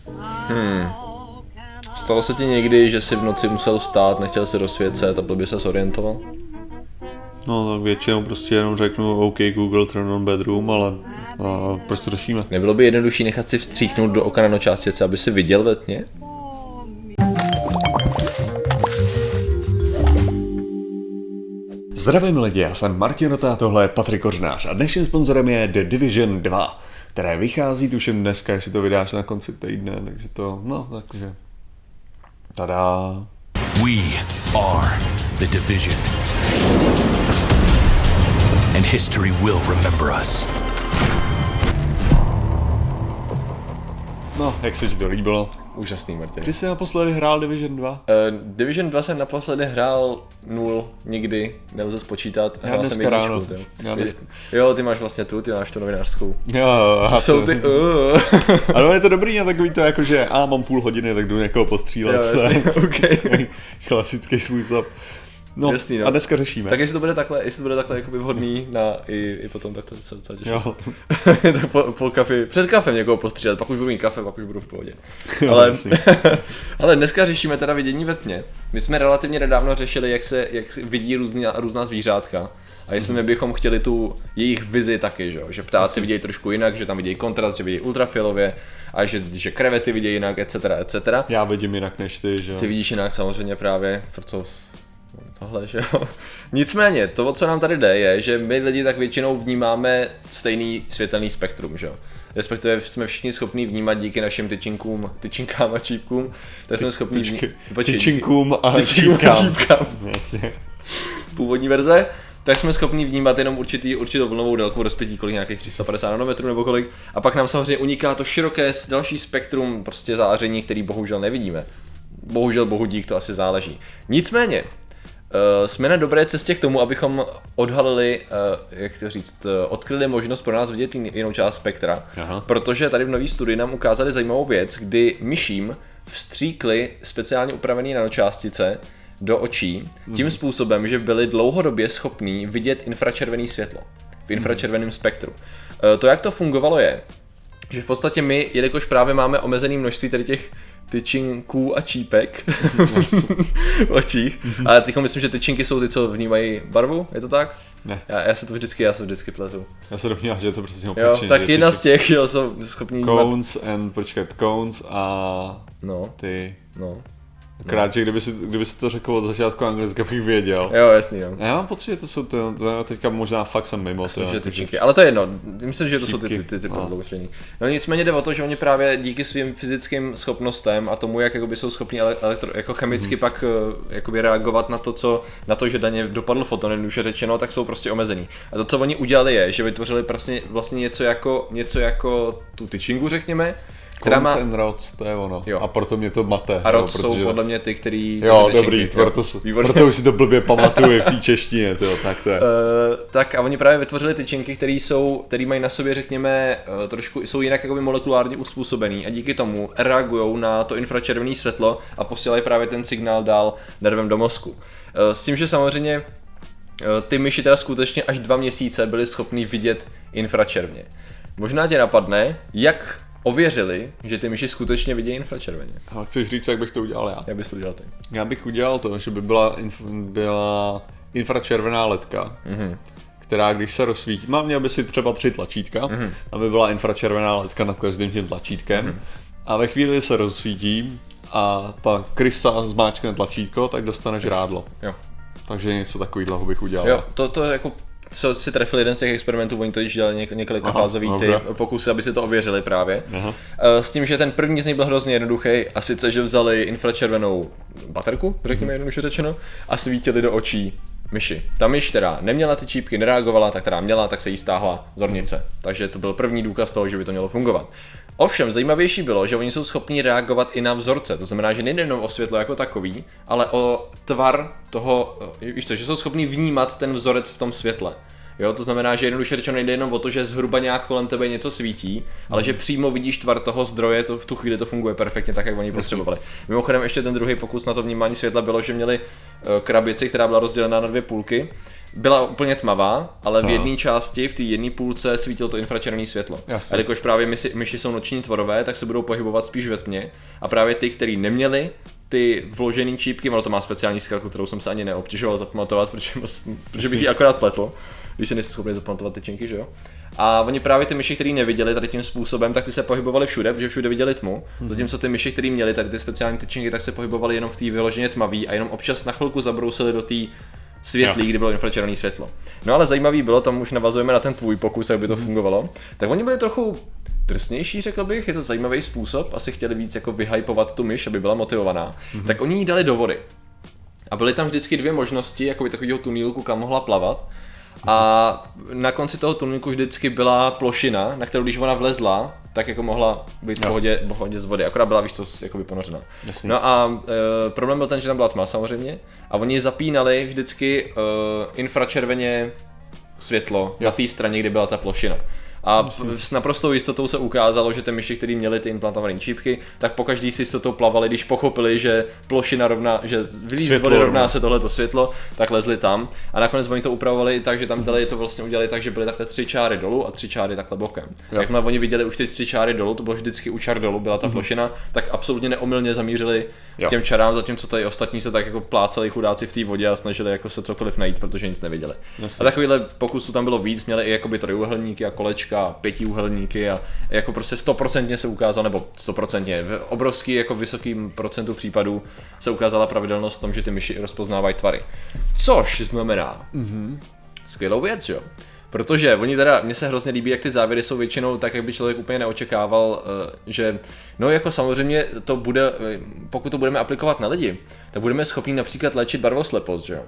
Stalo se ti někdy, že jsi v noci musel vstát, nechtěl se dosvěcet a blbě se zorientoval? No tak většinou prostě jenom řeknu OK Google, turn on bedroom, ale prostě řešíme. Nebylo by jednodušší nechat si vstříknout do oka nanočástice, aby si viděl ve tmě? Zdravím lidi, já jsem Martin Rota, tohle je Patrik Kořnář a dnešním sponzorem je The Division 2, které vychází tuším dneska, jestli to vydáš na konci týdne, takže to, takže... Tada! We are The Division. And history will remember us. No, jak se ti to líbilo? Úžasný, Martin. Kdy jsi naposledy hrál Division 2? Division 2 jsem naposledy hrál 0, nikdy, nelze spočítat. Já dneska ráno. Jo, ty máš vlastně ty máš tu novinářskou. Jo, jsou ty Ale je to dobrý a takový to jako, že mám půl hodiny, tak jdu někoho postřílet. Jo, jasný, okay. Klasický způsob. No, jasný, no, a dneska řešíme. Tak jestli to bude takhle jakoby vhodný na i potom, tak to se docela těším. Jo. Tak po kafi, před kafem někoho postřílet, pak už budu mít kafe, pak už budu v pohodě. Ale dneska řešíme teda vidění ve tmě. My jsme relativně nedávno řešili, jak vidí různá zvířátka. A jestli my bychom chtěli tu jejich vizi taky, že ptáci vidějí trošku jinak, že tam vidějí kontrast, že vidějí ultrafialově a že krevety vidějí jinak, etc. Já vidím jinak než ty, že? Ty vidíš jinak samozřejmě právě, proto tohle, že jo. Nicméně, to, o co nám tady jde, je, že my lidi tak většinou vnímáme stejný světelný spektrum, že jo. Respektive jsme všichni schopní vnímat díky našim tyčinkám a čípkům, tak jsme schopní tyčinkům a čípkám. Původní verze. Tak jsme schopni vnímat jenom určitou vlnovou délku rozpětí, kolik nějakých 350 nanometrů nebo kolik. A pak nám samozřejmě uniká to široké další spektrum prostě záření, který bohužel nevidíme. Bohužel, bohu dík, to asi záleží. Nicméně, jsme na dobré cestě k tomu, abychom odhalili, odkryli možnost pro nás vidět jinou část spektra. Aha. Protože tady v nový studii nám ukázali zajímavou věc, kdy myším vstříkli speciálně upravené nanočástice do očí tím způsobem, že byli dlouhodobě schopní vidět infračervené světlo v infračerveném spektru. To, jak to fungovalo, je, že v podstatě my, jelikož právě máme omezené množství tady těch tyčinků a čípek v očích, ale teď myslím, že tyčinky jsou ty, co vnímají barvu, je to tak? Ne. Já se vždycky pletu. Já se domnívám, že je to prostě opačně. Tak jedna z těch, jo, jsou schopní cones a ty. No. Akorát, že kdyby si to řekl od začátku anglicky, bych věděl. Jo, jasný, jo. Já mám pocit, že to jsou teďka možná fakt jsem mimo. Ale to je jedno, myslím, že to jsou ty podloučení. No nicméně jde o to, že oni právě díky svým fyzickým schopnostem a tomu, jak jakoby jsou schopni jako chemicky pak jakoby reagovat na to, že daně dopadl foton, jednoduše řečeno, tak jsou prostě omezený. A to, co oni udělali, je, že vytvořili vlastně něco jako tu tyčinku, řekněme. Cones and rods, to je ono. Jo. A proto mě to mate. A rods jsou podle mě ty, který... Jo, dobrý, proto už si to blbě pamatuju v té češtině, tak to je. Tak a oni právě vytvořili tyčinky, který mají na sobě, řekněme, trošku, jsou jinak jakoby molekulárně uspůsobený a díky tomu reagují na to infračervené světlo a posílají právě ten signál dál nervem do mozku. S tím, že samozřejmě ty myši teda skutečně až 2 měsíce byly schopný vidět infračerveně. Možná tě napadne, jak ověřili, že ty myši skutečně vidějí infračerveně. A chceš říct, jak bych to udělal já? Jak bys to udělal ty? Já bych udělal to, že by byla infračervená ledka, která když se rozsvítí, měl by si třeba 3 tlačítka, aby byla infračervená ledka nad každým tím tlačítkem a ve chvíli se rozsvítí a ta krysa zmáčkne tlačítko, tak dostane žrádlo. Jo. Takže něco takového bych udělal. Jo, to jako co si trefil jeden z těch experimentů, oni to již dělali několikafázový ty pokusy, aby si to ověřili právě. Aha. S tím, že ten první z nich byl hrozně jednoduchý a sice, že vzali infračervenou baterku, řekněme jednoduše řečeno, a svítili do očí myši. Ta myš, která neměla ty čípky, nereagovala, ta, která měla, tak se jí stáhla zornice. Takže to byl první důkaz toho, že by to mělo fungovat. Ovšem, zajímavější bylo, že oni jsou schopni reagovat i na vzorce, to znamená, že nejde jenom o světlo jako takový, ale o tvar toho, víš co, že jsou schopni vnímat ten vzorec v tom světle. Jo, to znamená, že jednoduše řečeno nejde jenom o to, že zhruba nějak kolem tebe něco svítí, ale že přímo vidíš tvar toho zdroje, to v tu chvíli to funguje perfektně tak, jak oni potřebovali. Mimochodem ještě ten druhý pokus na to vnímání světla bylo, že měli krabici, která byla rozdělená na 2 půlky. byla úplně tmavá, ale v jedné části, v té jedné půlce svítilo to infračervené světlo. Jasně. A jakož právě myši jsou noční tvorové, tak se budou pohybovat spíš ve tmě a právě ty, kteří neměli ty vložený čípky, ono to má speciální zkratku, kterou jsem se ani neobtěžoval zapamatovat, protože bych ji akorát pletl, když se nejsem schopný zapamatovat ty činky, že jo. A oni právě ty myši, který neviděli tady tím způsobem, tak ty se pohybovali všude, protože všude viděli tmu. Zatímco ty myši, který měli tady ty speciální tyčinky, tak se pohybovali jenom v té vyloženě tmavý a jenom občas na chvilku zabrousili do té světlí, kdy bylo infračervené světlo. No ale zajímavý bylo, tam už navazujeme na ten tvůj pokus, jak by to fungovalo. Tak oni byli trochu drsnější, řekl bych, je to zajímavý způsob, asi chtěli víc jako vyhypovat tu myš, aby byla motivovaná. Tak oni jí dali do vody. A byly tam vždycky dvě možnosti, jako takového tunílku, kam mohla plavat. A na konci toho tunelku vždycky byla plošina, na kterou když ona vlezla, tak jako mohla být v pohodě z vody, akorát byla, víš co, jakoby ponořená. Jasně. No a problém byl ten, že tam byla tma samozřejmě a oni zapínali vždycky infračerveně světlo na té straně, kde byla ta plošina. A s naprostou jistotou se ukázalo, že ty myši, kteří měli ty implantované čípky, tak pokaždý si jistotou plavali, když pochopili, že plošina rovná, že vylíz z vody rovná se tohleto světlo, tak lezli tam. A nakonec oni to upravovali tak, že tam to vlastně udělali tak, že byly takhle 3 čáry dolů a 3 čáry takhle bokem. Jakmile oni viděli už ty 3 čáry dolů, to bylo vždycky u čár dolů, byla ta plošina, tak absolutně neomylně zamířili k těm čarám, zatímco tady ostatní se tak jako plácali chudáci v té vodě a snažili jako se cokoliv najít, protože nic neviděli. A takovýhle pokusů tam bylo víc, měli i jakoby trojúhelníky a kolečka, pětiúhelníky a jako prostě 100% se ukázalo, nebo 100%, v obrovský jako vysokým procentu případů se ukázala pravidelnost v tom, že ty myši rozpoznávají tvary. Což znamená skvělou věc, jo. Protože oni teda, mně se hrozně líbí, jak ty závěry jsou většinou tak, jak by člověk úplně neočekával, že no jako samozřejmě to bude, pokud to budeme aplikovat na lidi, tak budeme schopni například léčit barvoslepost, že jo.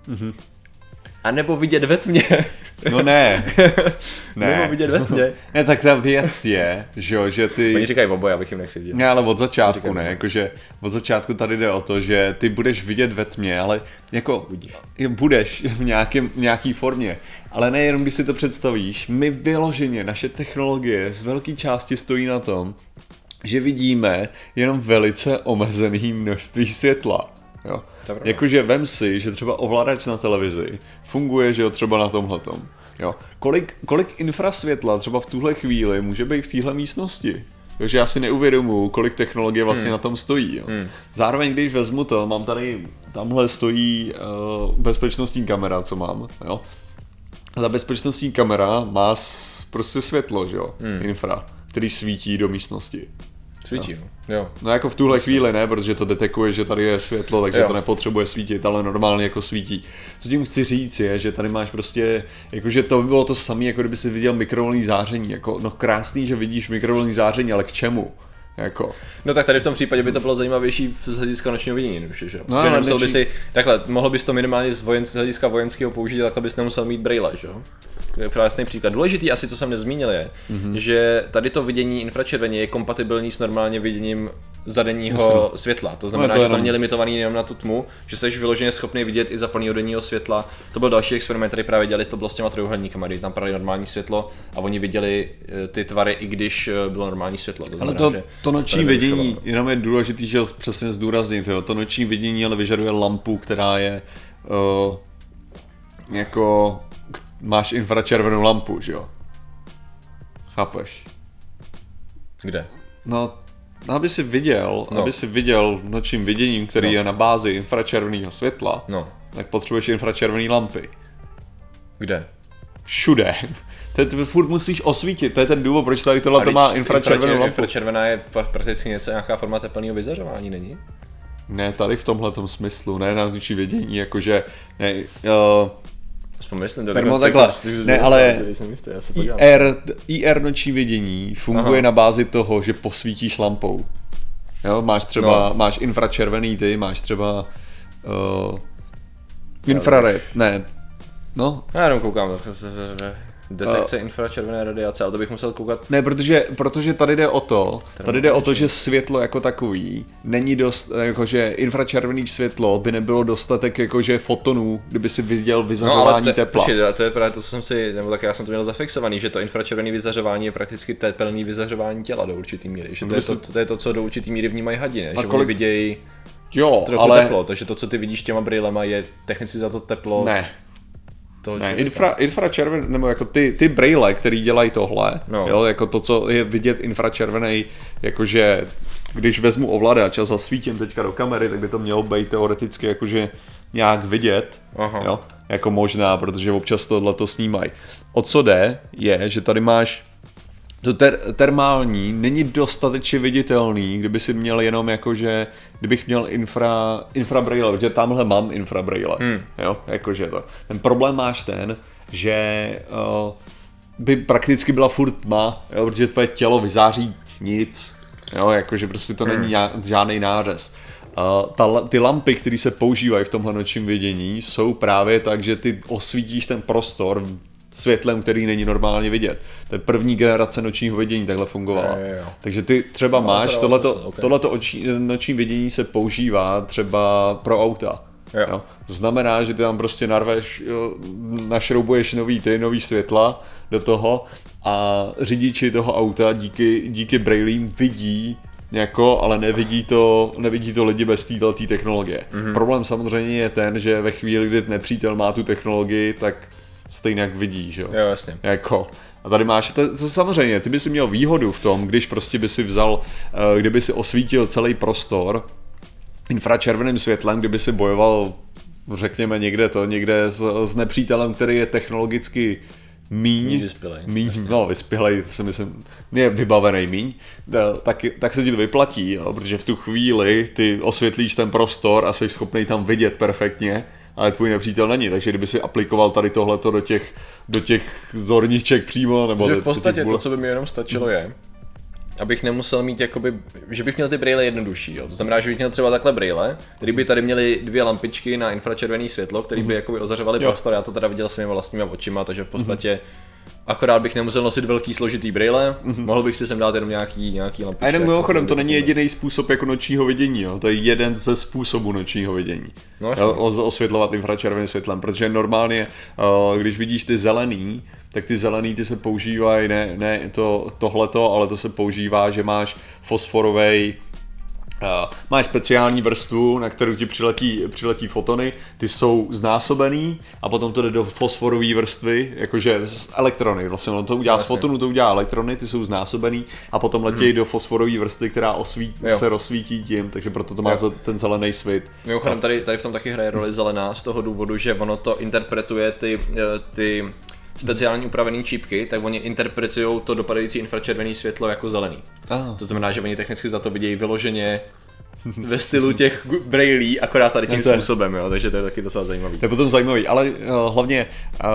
A nebo vidět ve tmě. No ne. Nebo vidět ve tmě. Ne, tak ta věc je, že ty... Oni říkají oboje, abych jim nekřivděl. Ne, ale od začátku ne, jakože od začátku tady jde o to, že ty budeš vidět ve tmě, ale jako budeš v nějaký formě, ale nejenom když si to představíš, my vyloženě, naše technologie z velké části stojí na tom, že vidíme jenom velice omezené množství světla. Jo. Jakože vem si, že třeba ovladač na televizi funguje, že jo, třeba na tomhletom. Jo. Kolik infrasvětla třeba v tuhle chvíli může být v téhle místnosti? Takže já si neuvědomuji, kolik technologie vlastně na tom stojí. Jo. Zároveň, když vezmu to, mám tady, tamhle stojí bezpečnostní kamera, co mám. Jo. A ta bezpečnostní kamera má prostě světlo, že jo, infra, který svítí do místnosti. Svítí, jo. No jako v tuhle chvíli ne, protože to detekuje, že tady je světlo, takže to nepotřebuje svítit, ale normálně jako svítí. Co tím chci říct je, že tady máš prostě, jakože to by bylo to samé, jako kdyby si viděl mikrovlnný záření, jako no krásný, že vidíš mikrovlnný záření, ale k čemu? Jako. No tak tady v tom případě by to bylo zajímavější z hlediska nočního vidění, že? No, že nemusel by si, takhle, mohl bys to minimálně z hlediska vojenského použít, takhle bys nemusel mít brýle, že? Krásný příklad. Důležitý asi, co jsem nezmínil, je, že tady to vidění infračerveně je kompatibilní s normálně viděním zadenního světla. To znamená, že to není limitovaný jenom na tu tmu, že jsi vyloženě schopný vidět i za plného denního světla. To byl další experiment, který právě dělali, to bylo s těma trojuhelníkama, kdy tam padali normální světlo a oni viděli ty tvary, i když bylo normální světlo. To znamená, ale to noční vidění, jenom je důležitý, že přesně zdůraznit, jo. To noční vidění ale vyžaduje lampu, která je jako máš infračervenou lampu, že jo? Chápeš? Kde? No, aby si viděl nočním viděním, který je na bázi infračerveného světla, tak potřebuješ infračervené lampy. Kde? Všude. Ty furt musíš osvítit, to je ten důvod, proč tady tohle to má infračervenou lampu. Infračervená je prakticky nějaká forma teplného vyzařování, není? Ne, tady v tomhletom smyslu, ne na noční vidění, jakože Myslím, takhle. Ne, ale IR noční vidění funguje na bázi toho, že posvítíš lampou. Jo, máš třeba, máš infračervený máš třeba infrared, ne, no. Já jenom koukám, detekce infračervené radiace, ale to bych musel koukat. Ne, protože tady jde o to, že světlo jako takový není dost, jakože infračervený světlo by nebylo dostatek jakože fotonů, kdyby si viděl vyzařování tepla. To je právě to, co jsem si, nebo tak já jsem to měl zafixovaný, že to infračervené vyzařování je prakticky tepelné vyzařování těla do určitý míry, že to je to, co do určitý míry vnímají hadi, ne? Že oni vidějí trochu teplo, takže to, co ty vidíš těma brýlema, je technicky za to teplo. Ne. toho Ne, člověka. infračervený, nebo jako ty braille, který dělají tohle, No. jo, jako to, co je vidět infračervený, jakože když vezmu ovladač a zasvítím teďka do kamery, tak by to mělo být teoreticky jakože nějak vidět, Aha. jo, jako možná, protože občas tohle to snímají. O co jde, je, že tady máš to termální není dostatečně viditelný, kdyby si měl jenom jakože, kdybych měl infrabraille, protože tamhle mám infrabraille, jo, jakože to. Ten problém máš ten, že by prakticky byla furt tma, jo, protože tvoje tělo vyzáří nic, jo, jakože prostě to není žádný nářez. Ty lampy, které se používají v tomhle nočním vidění, jsou právě tak, že ty osvítíš ten prostor světlem, který není normálně vidět. To je první generace nočního vidění, takhle fungovala. Jo. Takže ty třeba máš, okay. tohleto noční vidění se používá třeba pro auta. Jo. To znamená, že ty tam prostě narveš, našroubuješ nový světla do toho a řidiči toho auta díky braillím vidí jako, ale nevidí to lidi bez této technologie. Problém samozřejmě je ten, že ve chvíli, kdy nepřítel má tu technologii, tak stejně jak vidí, že jo? Jo, jasně. Jako. A tady máš, to samozřejmě, ty by si měl výhodu v tom, když prostě by si vzal, kdyby si osvítil celý prostor infračerveným světlem, kdyby si bojoval, řekněme někde s nepřítelem, který je technologicky vyspělej, to si myslím, je vybavený míň, tak se ti to vyplatí, jo? Protože v tu chvíli ty osvětlíš ten prostor a jsi schopný tam vidět perfektně, ale tvůj nepřítel není, takže kdyby si aplikoval tady tohleto do těch zorniček přímo, nebo že v podstatě to, co by mi jenom stačilo je, abych nemusel mít jakoby, že bych měl ty braille jednodušší, jo. To znamená, že bych měl třeba takhle braille, který by tady měly 2 lampičky na infračervený světlo, který by jakoby ozařovaly prostor, já to teda viděl svýma vlastníma očima, takže v podstatě akorát bych nemusel nosit velký složitý braille, mohl bych si sem dát jenom nějaký lampičky. A jenom mimochodem, to není jediný způsob jako nočního vidění, jo? To je jeden ze způsobů nočního vidění. No, osvětlovat infračerveným světlem, protože normálně, když vidíš ty zelený, tak ty zelený ty se používají, ne tohleto, ale to se používá, že máš fosforovej, máš speciální vrstvu, na kterou ti přiletí fotony, ty jsou znásobený a potom to jde do fosforové vrstvy, jakože z elektrony, vlastně on to udělá z fotonu, to udělá elektrony, ty jsou znásobený a potom letějí do fosforové vrstvy, která se rozsvítí tím, takže proto to má ten zelený svit. Mimochodem tady v tom taky hraje roli zelená z toho důvodu, že ono to interpretuje ty speciální upravený čípky, tak oni interpretují to dopadající infračervený světlo jako zelený. To znamená, že oni technicky za to vidějí vyloženě ve stylu těch brailí, akorát tady tím způsobem, jo, takže to je taky docela zajímavý. To je potom zajímavý, ale hlavně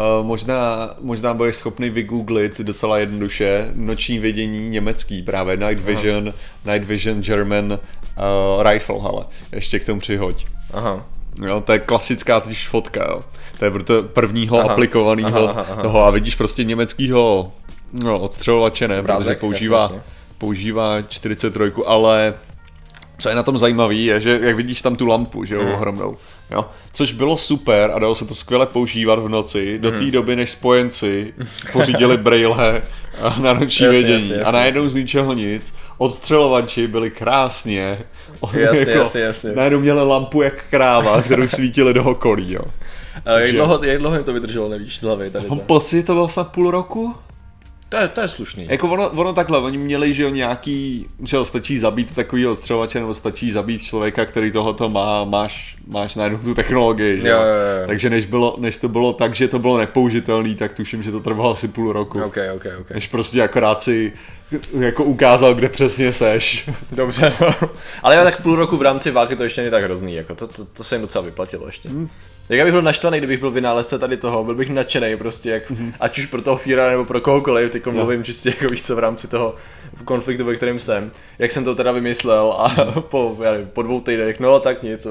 možná budeš schopný vygooglit docela jednoduše noční vidění německý, právě Night Vision German Rifle, hele, ještě k tomu přihoď. Aha. Jo, to je klasická totiž fotka, jo. To je proto prvního aplikovaného toho a vidíš prostě německýho odstřelovače, ne, protože používá 43, ale co je na tom zajímavý je, že jak vidíš tam tu lampu, že jo, ohromnou, jo, což bylo super a dalo se to skvěle používat v noci do té doby, než spojenci pořídili braille na noční vidění a najednou z ničeho nic, odstřelovači byli krásně, jasně. najednou měli lampu jak kráva, kterou svítili do okolí, jo. Jak dlouho jim to vydrželo, nevíš, z hlavy tady. Mám pocit, to bylo snad půl roku? To je slušný. Jako ono takhle, oni měli, že jo, nějaký, že jo, stačí zabít takový odstřelovače, nebo stačí zabít člověka, který tohoto má, máš najednou tu technologii, že jo. Takže než to bylo tak, že to bylo nepoužitelný, tak tuším, že to trvalo asi půl roku. Okay. Než prostě akorát si jako ukázal, kde přesně seš. Dobře, no. Ale jo, tak půl roku v rámci války to ještě není tak hrozný, jako to se jim docela vyplatilo ještě. Jak bych byl naštvaný, kdybych byl vynálezce tady toho, byl bych nadšenej prostě, jak, ať už pro toho Führera nebo pro kohokoliv, teď mluvím čistě jako víš co v rámci toho konfliktu, ve kterém jsem, jak jsem to teda vymyslel a po 2 týdnech, no tak nic.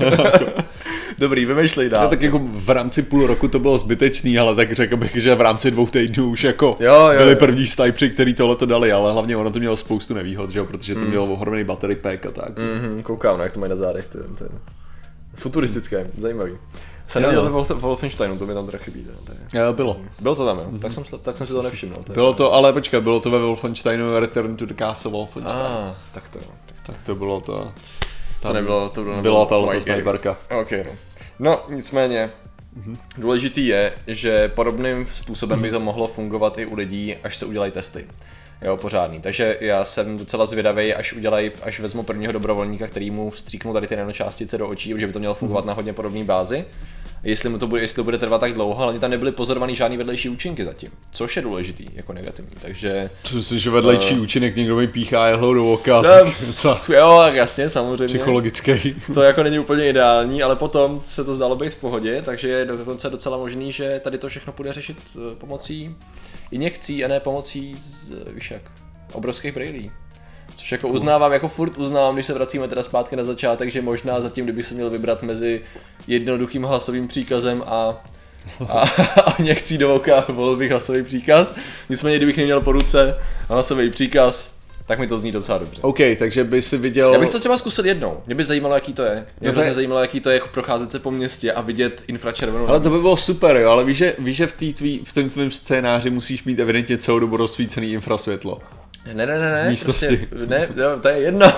Dobrý, vymýšlej dál. No, tak jako v rámci půl roku to bylo zbytečný, ale tak řekl bych, že v rámci 2 týdnů už jako byli první snajpři, který tohleto dali, ale hlavně ono to mělo spoustu nevýhod, že jo, protože to mělo ohromný battery pack a tak. Koukám, jak to mají na zádech, to je futuristické, zajímavý. Jsem neviděl ve Wolfensteinu, to mi tam teda chybí. Bylo. Bylo to tam, jo? Tak jsem si to nevšiml. Bylo to, ale počkej, bylo to ve Wolfensteinu Return to the Castle Wolfenstein. Tak to jo. Tak to bylo to. To nebylo byla ta sniperka. Ok, no. No, nicméně, Důležitý je, že podobným způsobem by to mohlo fungovat i u lidí, až se udělají testy. Jo, pořádný. Takže já jsem docela zvědavý, až vezmu prvního dobrovolníka, který mu vstříknu tady ty nanočástice do očí, protože by to mělo fungovat na hodně podobné bázi. Jestli to bude trvat tak dlouho, ale tam nebyly pozorovaný žádný vedlejší účinky zatím, což je důležitý, jako negativní, takže... Co myslíš, že vedlejší účinek někdo mi píchá jehlou do oka, jo, jasně, samozřejmě. Psychologický. To jako není úplně ideální, ale potom se to zdálo být v pohodě, takže je dokonce docela možný, že tady to všechno bude řešit pomocí injekcí a ne pomocí víš jak, obrovských brýlí. Což jako furt uznávám, když se vracíme teda zpátky na začátek, že možná zatím, kdybych se měl vybrat mezi jednoduchým hlasovým příkazem a injekcí do oka, volil bych hlasový příkaz. Nicméně, kdybych neměl po ruce hlasový příkaz, tak mi to zní docela dobře. OK, takže by si viděl... Já bych to třeba zkusil jednou. Mě by zajímalo, jaký to je. Mě zajímalo, jaký to je procházet se po městě a vidět infračervenou. Ale to by bylo super, jo, ale víš, že v tom tvém scénáři musíš mít evidentně celou dobu rozsvícený infrasvětlo. Ne. Místnosti. Prostě, ne, to je jedno.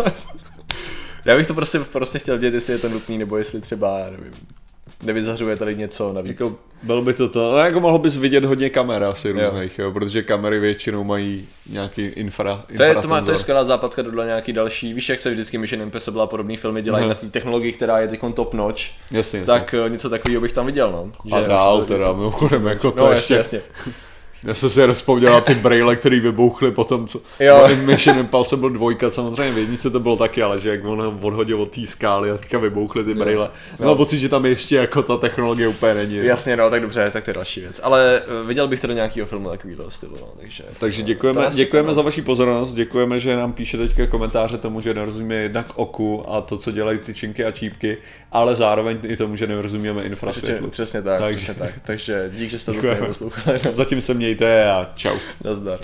Já bych to prostě chtěl vědět, jestli je to nutný, nebo jestli třeba, nevím, nevyzařuje tady něco navíc. Jako, byl by to, no, jako mohl bys vidět hodně kamer asi různých, jo, protože kamery většinou mají nějaký infrasenzor. To je skvělá západka do nějaký další, víš, jak se vždycky Mission Impossible a podobný filmy dělají na té technologii, která je teď top notch, jasně. Tak něco takového bych tam viděl, no. A dál teda, mimochodem, jako to no, ještě... Jasně. Já jsem si rozpomněl na ty brejle, který vybouchly potom, co Mission Impossible 2, samozřejmě v jedničce to bylo taky, ale že jak on odhodil od té skály a teďka vybouchly ty brejle. Mám pocit, že tam ještě jako ta technologie úplně není. Jasně, no, tak dobře, tak to je další věc. Ale viděl bych to do nějakého filmu takovýhle stylu, no, takže děkujeme za vaši pozornost, děkujeme, že nám píše teďka komentáře tomu, že nerozumíme jednak oku a to, co dělají ty činky a čípky, ale zároveň i tomu, že nerozumíme infrasvětlu. Přesně tak. Takže dík, že jste to stejně poslouchali. Zatím se mějte a čau. Nazdar.